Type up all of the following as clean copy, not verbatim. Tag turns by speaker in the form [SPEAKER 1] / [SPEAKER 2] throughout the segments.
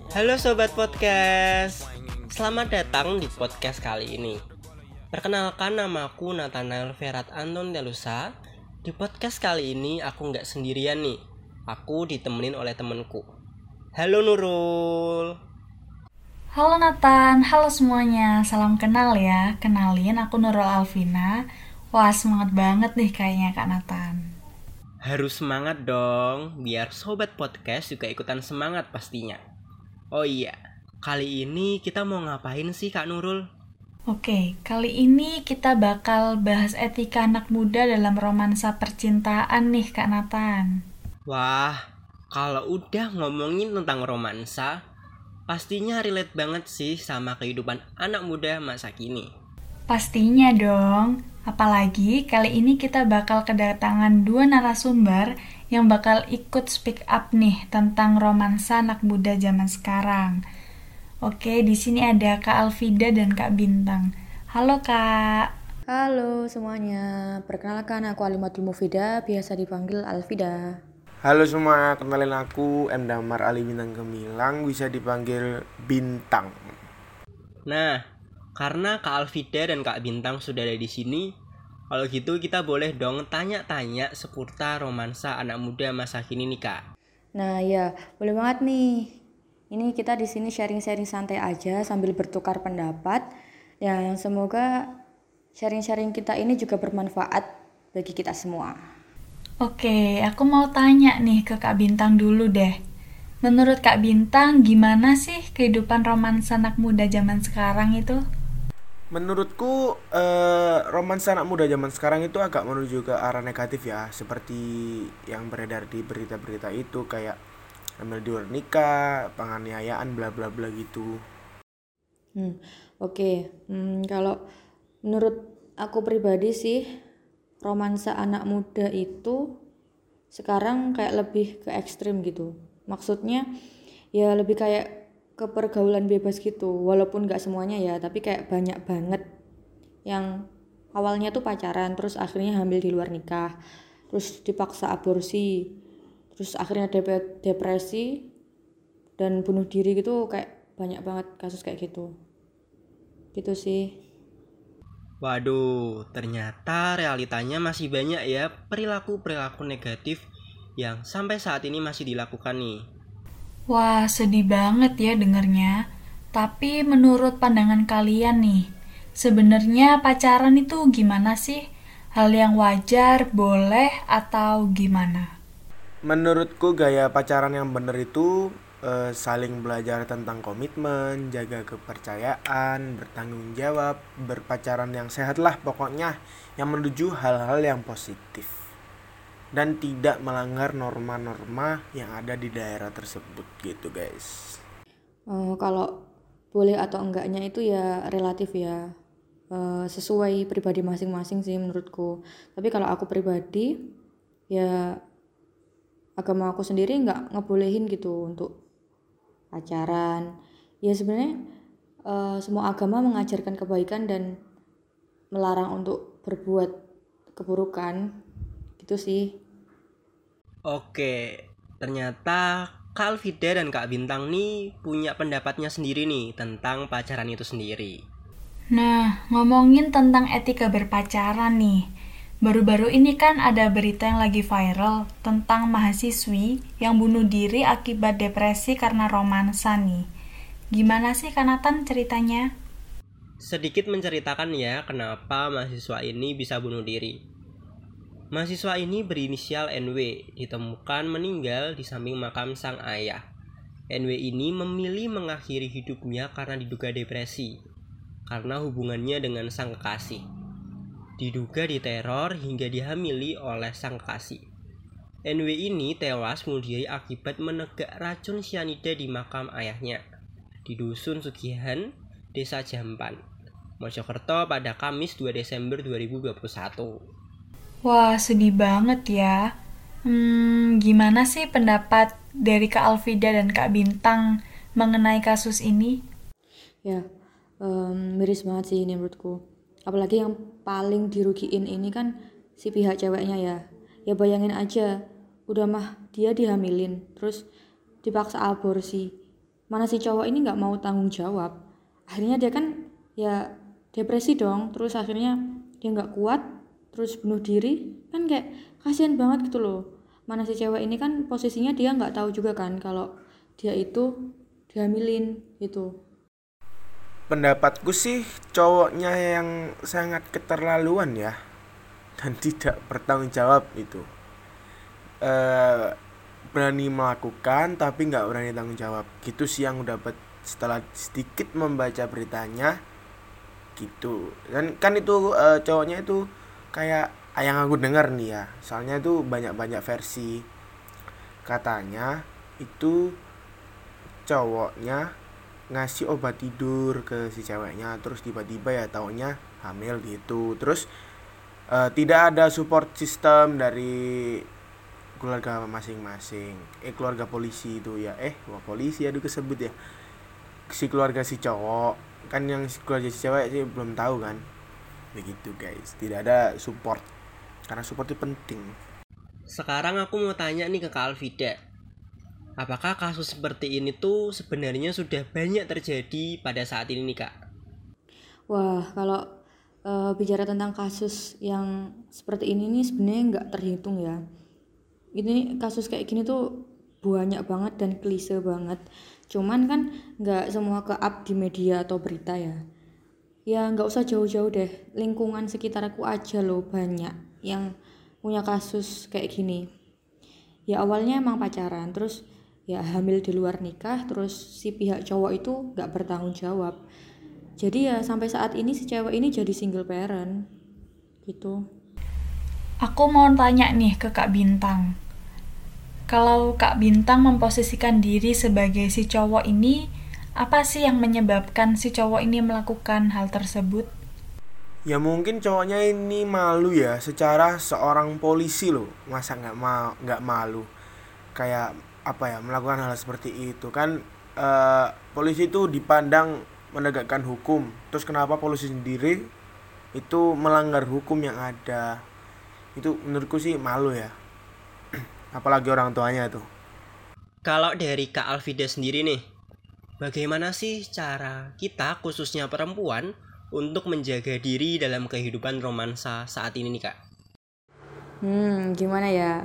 [SPEAKER 1] Halo Sobat Podcast, selamat datang di podcast kali ini. Perkenalkan, namaku Nathanael Ferat Anton Delusa. Di podcast kali ini aku nggak sendirian nih, aku ditemenin oleh temenku. Halo Nurul.
[SPEAKER 2] Halo Nathan, halo semuanya, salam kenal ya. Kenalin, aku Nurul Alvina. Wah, semangat banget nih kayaknya Kak Nathan.
[SPEAKER 1] Harus semangat dong, biar Sobat Podcast juga ikutan semangat pastinya. Oh iya, kali ini kita mau ngapain sih Kak Nurul?
[SPEAKER 2] Oke, kali ini kita bakal bahas etika anak muda dalam romansa percintaan nih Kak Nathan.
[SPEAKER 1] Wah, kalau udah ngomongin tentang romansa, pastinya relate banget sih sama kehidupan anak muda masa kini.
[SPEAKER 2] Pastinya dong, apalagi kali ini kita bakal kedatangan dua narasumber yang bakal ikut speak up nih tentang romansa anak muda zaman sekarang. Oke, di sini ada Kak Alvida dan Kak Bintang. Halo Kak.
[SPEAKER 3] Halo semuanya, perkenalkan aku Alimatul Mufida, biasa dipanggil Alvida.
[SPEAKER 4] Halo semua, kenalin aku M. Damar Ali Bintang Gemilang, bisa dipanggil Bintang.
[SPEAKER 1] Nah, karena Kak Alvida dan Kak Bintang sudah ada di sini, kalau gitu kita boleh dong tanya-tanya seputar romansa anak muda masa kini nih Kak.
[SPEAKER 3] Nah ya, boleh banget nih. Ini kita di sini sharing-sharing santai aja sambil bertukar pendapat. Dan semoga sharing-sharing kita ini juga bermanfaat bagi kita semua.
[SPEAKER 2] Oke, aku mau tanya nih ke Kak Bintang dulu deh. Menurut Kak Bintang, gimana sih kehidupan romansa anak muda zaman sekarang itu?
[SPEAKER 4] Menurutku romansa anak muda zaman sekarang itu agak menuju ke arah negatif ya, seperti yang beredar di berita-berita itu kayak ambil di luar nikah, penganiayaan bla bla bla gitu.
[SPEAKER 3] Oke, kalau menurut aku pribadi sih, romansa anak muda itu sekarang kayak lebih ke ekstrim gitu. Maksudnya ya lebih kayak ke pergaulan bebas gitu. Walaupun gak semuanya ya, tapi kayak banyak banget yang awalnya tuh pacaran, terus akhirnya hamil di luar nikah, terus dipaksa aborsi, terus akhirnya depresi dan bunuh diri gitu. Kayak banyak banget kasus kayak gitu. Gitu sih.
[SPEAKER 1] Waduh, ternyata realitanya masih banyak ya perilaku-perilaku negatif yang sampai saat ini masih dilakukan nih.
[SPEAKER 2] Wah, sedih banget ya dengernya. Tapi menurut pandangan kalian nih, sebenarnya pacaran itu gimana sih? Hal yang wajar, boleh, atau gimana?
[SPEAKER 4] Menurutku gaya pacaran yang bener itu saling belajar tentang komitmen, jaga kepercayaan, bertanggung jawab, berpacaran yang sehat lah pokoknya, yang menuju hal-hal yang positif dan tidak melanggar norma-norma yang ada di daerah tersebut gitu guys.
[SPEAKER 3] Kalau boleh atau enggaknya itu ya relatif ya. Sesuai pribadi masing-masing sih menurutku. Tapi kalau aku pribadi ya agama aku sendiri nggak ngebolehin gitu untuk pacaran. Ya sebenarnya semua agama mengajarkan kebaikan dan melarang untuk berbuat keburukan gitu sih.
[SPEAKER 1] Oke, ternyata Kak Alvida dan Kak Bintang nih punya pendapatnya sendiri nih tentang pacaran itu sendiri.
[SPEAKER 2] Nah, ngomongin tentang etika berpacaran nih. Baru-baru ini kan ada berita yang lagi viral tentang mahasiswi yang bunuh diri akibat depresi karena romansa nih. Gimana sih Kanatan ceritanya?
[SPEAKER 1] Sedikit menceritakan ya kenapa mahasiswa ini bisa bunuh diri. Mahasiswa ini berinisial NW, ditemukan meninggal di samping makam sang ayah. NW ini memilih mengakhiri hidupnya karena diduga depresi, karena hubungannya dengan sang kekasih. Diduga diteror hingga dihamili oleh sang kekasih. NW ini tewas bunuh diri akibat menegak racun cyanida di makam ayahnya, di Dusun Sugihan, Desa Jampan, Mojokerto pada Kamis 2 Desember 2021.
[SPEAKER 2] Wah, sedih banget ya. Gimana sih pendapat dari Kak Alvida dan Kak Bintang mengenai kasus ini?
[SPEAKER 3] Ya, miris banget sih ini menurutku. Apalagi yang paling dirugiin ini kan si pihak ceweknya ya. Ya bayangin aja, udah mah dia dihamilin, terus dipaksa aborsi. mana si cowok ini nggak mau tanggung jawab. Akhirnya dia kan ya depresi dong, terus akhirnya dia nggak kuat, terus bunuh diri. Kan kayak kasihan banget gitu loh. Mana si cewek ini kan posisinya dia nggak tahu juga kan kalau dia itu dihamilin gitu.
[SPEAKER 4] Pendapatku sih cowoknya yang sangat keterlaluan ya dan tidak bertanggung jawab itu. Eh Berani melakukan tapi nggak berani tanggung jawab. Gitu sih yang dapat setelah sedikit membaca beritanya gitu. Dan kan itu cowoknya itu kayak yang aku dengar nih ya. Soalnya itu banyak-banyak versi. Katanya itu cowoknya ngasih obat tidur ke si ceweknya, terus tiba-tiba ya taunya hamil gitu. Terus tidak ada support system dari keluarga masing-masing. Keluarga polisi itu ya. Wah, polisi aduh kesebut ya. Si keluarga si cowok kan, yang si keluarga si cewek sih belum tahu kan. Begitu guys, tidak ada support karena support itu penting.
[SPEAKER 1] Sekarang aku mau tanya nih ke Kak Alvida. Apakah kasus seperti ini tuh sebenarnya sudah banyak terjadi pada saat ini nih Kak?
[SPEAKER 3] Wah, kalau bicara tentang kasus yang seperti ini nih sebenarnya nggak terhitung ya. Ini kasus kayak gini tuh banyak banget dan klise banget. Cuman kan nggak semua ke-up di media atau berita ya. Ya nggak usah jauh-jauh deh. Lingkungan sekitar aku aja loh banyak yang punya kasus kayak gini. Ya awalnya emang pacaran, terus ya hamil di luar nikah, terus si pihak cowok itu nggak bertanggung jawab. Jadi ya sampai saat ini si cewek ini jadi single parent gitu.
[SPEAKER 2] Aku mau tanya nih ke Kak Bintang. Kalau Kak Bintang memposisikan diri sebagai si cowok ini, apa sih yang menyebabkan si cowok ini melakukan hal tersebut?
[SPEAKER 4] Ya mungkin cowoknya ini malu ya, secara seorang polisi loh. Masa nggak malu kayak apa ya, melakukan hal seperti itu kan. Polisi itu dipandang menegakkan hukum. Terus kenapa polisi sendiri itu melanggar hukum yang ada? Itu menurutku sih malu ya. Apalagi orang tuanya tuh.
[SPEAKER 1] Kalau dari Kak Alvida sendiri nih, bagaimana sih cara kita khususnya perempuan untuk menjaga diri dalam kehidupan romansa saat ini nih Kak?
[SPEAKER 3] Gimana ya?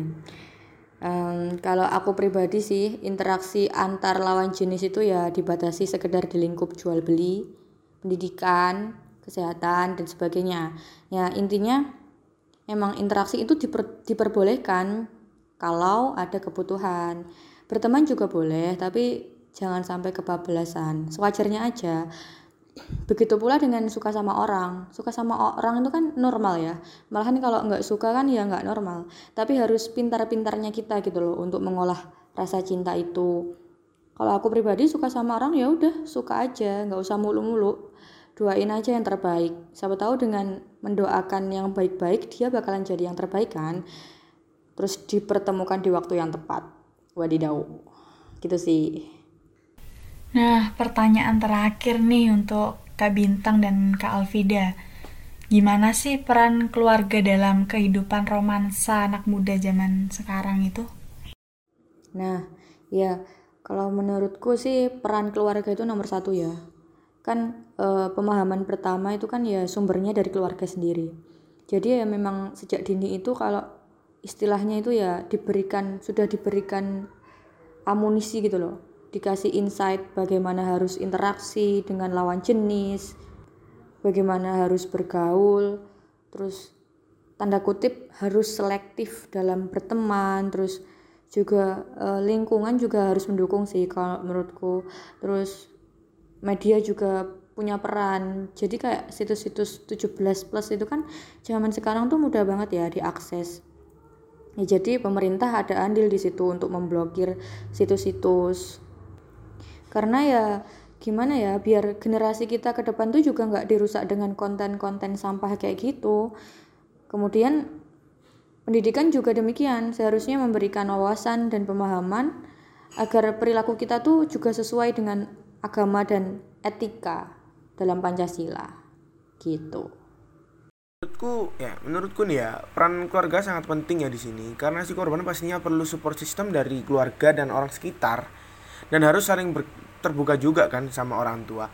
[SPEAKER 3] Kalau aku pribadi sih, interaksi antar lawan jenis itu ya dibatasi sekedar di lingkup jual beli, pendidikan, kesehatan, dan sebagainya. Ya intinya emang interaksi itu diperbolehkan kalau ada kebutuhan. Berteman juga boleh, tapi jangan sampai kebablasan. Sewajarnya aja. Begitu pula dengan suka sama orang. Suka sama orang itu kan normal ya. Malahan kalau nggak suka kan ya nggak normal. Tapi harus pintar-pintarnya kita gitu loh untuk mengolah rasa cinta itu. Kalau aku pribadi suka sama orang ya udah suka aja, nggak usah mulu-mulu. Doain aja yang terbaik. Siapa tahu dengan mendoakan yang baik-baik dia bakalan jadi yang terbaik kan. Terus dipertemukan di waktu yang tepat. Wadidaw. Gitu sih.
[SPEAKER 2] Nah, pertanyaan terakhir nih untuk Kak Bintang dan Kak Alvida. Gimana sih peran keluarga dalam kehidupan romansa anak muda zaman sekarang itu?
[SPEAKER 3] Nah, ya kalau menurutku sih peran keluarga itu nomor satu ya. Kan pemahaman pertama itu kan ya sumbernya dari keluarga sendiri. Jadi ya memang sejak dini itu kalau istilahnya itu ya sudah diberikan amunisi gitu loh. Dikasih insight bagaimana harus interaksi dengan lawan jenis, bagaimana harus bergaul, terus tanda kutip harus selektif dalam berteman, terus juga lingkungan juga harus mendukung sih kalau menurutku. Terus media juga punya peran. Jadi kayak situs-situs 17+ itu kan zaman sekarang tuh mudah banget ya diakses. Ya jadi pemerintah ada andil di situ untuk memblokir situs-situs. Karena ya gimana ya, biar generasi kita ke depan tuh juga nggak dirusak dengan konten-konten sampah kayak gitu. Kemudian pendidikan juga demikian, seharusnya memberikan wawasan dan pemahaman agar perilaku kita tuh juga sesuai dengan agama dan etika dalam Pancasila gitu.
[SPEAKER 4] Menurutku nih ya, peran keluarga sangat penting ya di sini, karena si korban pastinya perlu support system dari keluarga dan orang sekitar. Dan harus saling terbuka juga kan sama orang tua.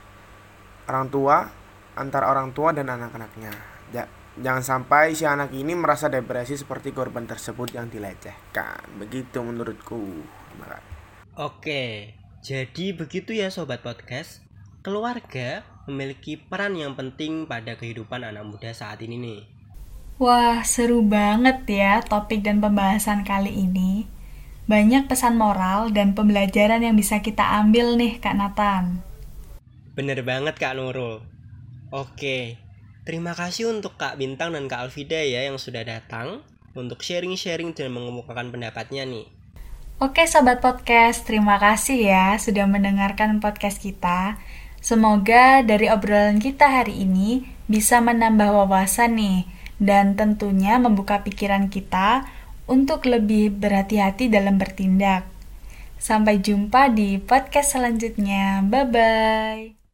[SPEAKER 4] Antara orang tua dan anak-anaknya. Jangan sampai si anak ini merasa depresi seperti korban tersebut yang dilecehkan. Begitu menurutku.
[SPEAKER 1] Oke, jadi begitu ya Sobat Podcast. Keluarga memiliki peran yang penting pada kehidupan anak muda saat ini nih.
[SPEAKER 2] Wah, seru banget ya topik dan pembahasan kali ini. Banyak pesan moral dan pembelajaran yang bisa kita ambil nih Kak Nathan.
[SPEAKER 1] Bener banget Kak Nurul. Oke, terima kasih untuk Kak Bintang dan Kak Alvida ya yang sudah datang untuk sharing-sharing dan mengemukakan pendapatnya nih.
[SPEAKER 2] Oke Sobat Podcast, terima kasih ya sudah mendengarkan podcast kita. Semoga dari obrolan kita hari ini bisa menambah wawasan nih, dan tentunya membuka pikiran kita untuk lebih berhati-hati dalam bertindak. Sampai jumpa di podcast selanjutnya. Bye-bye.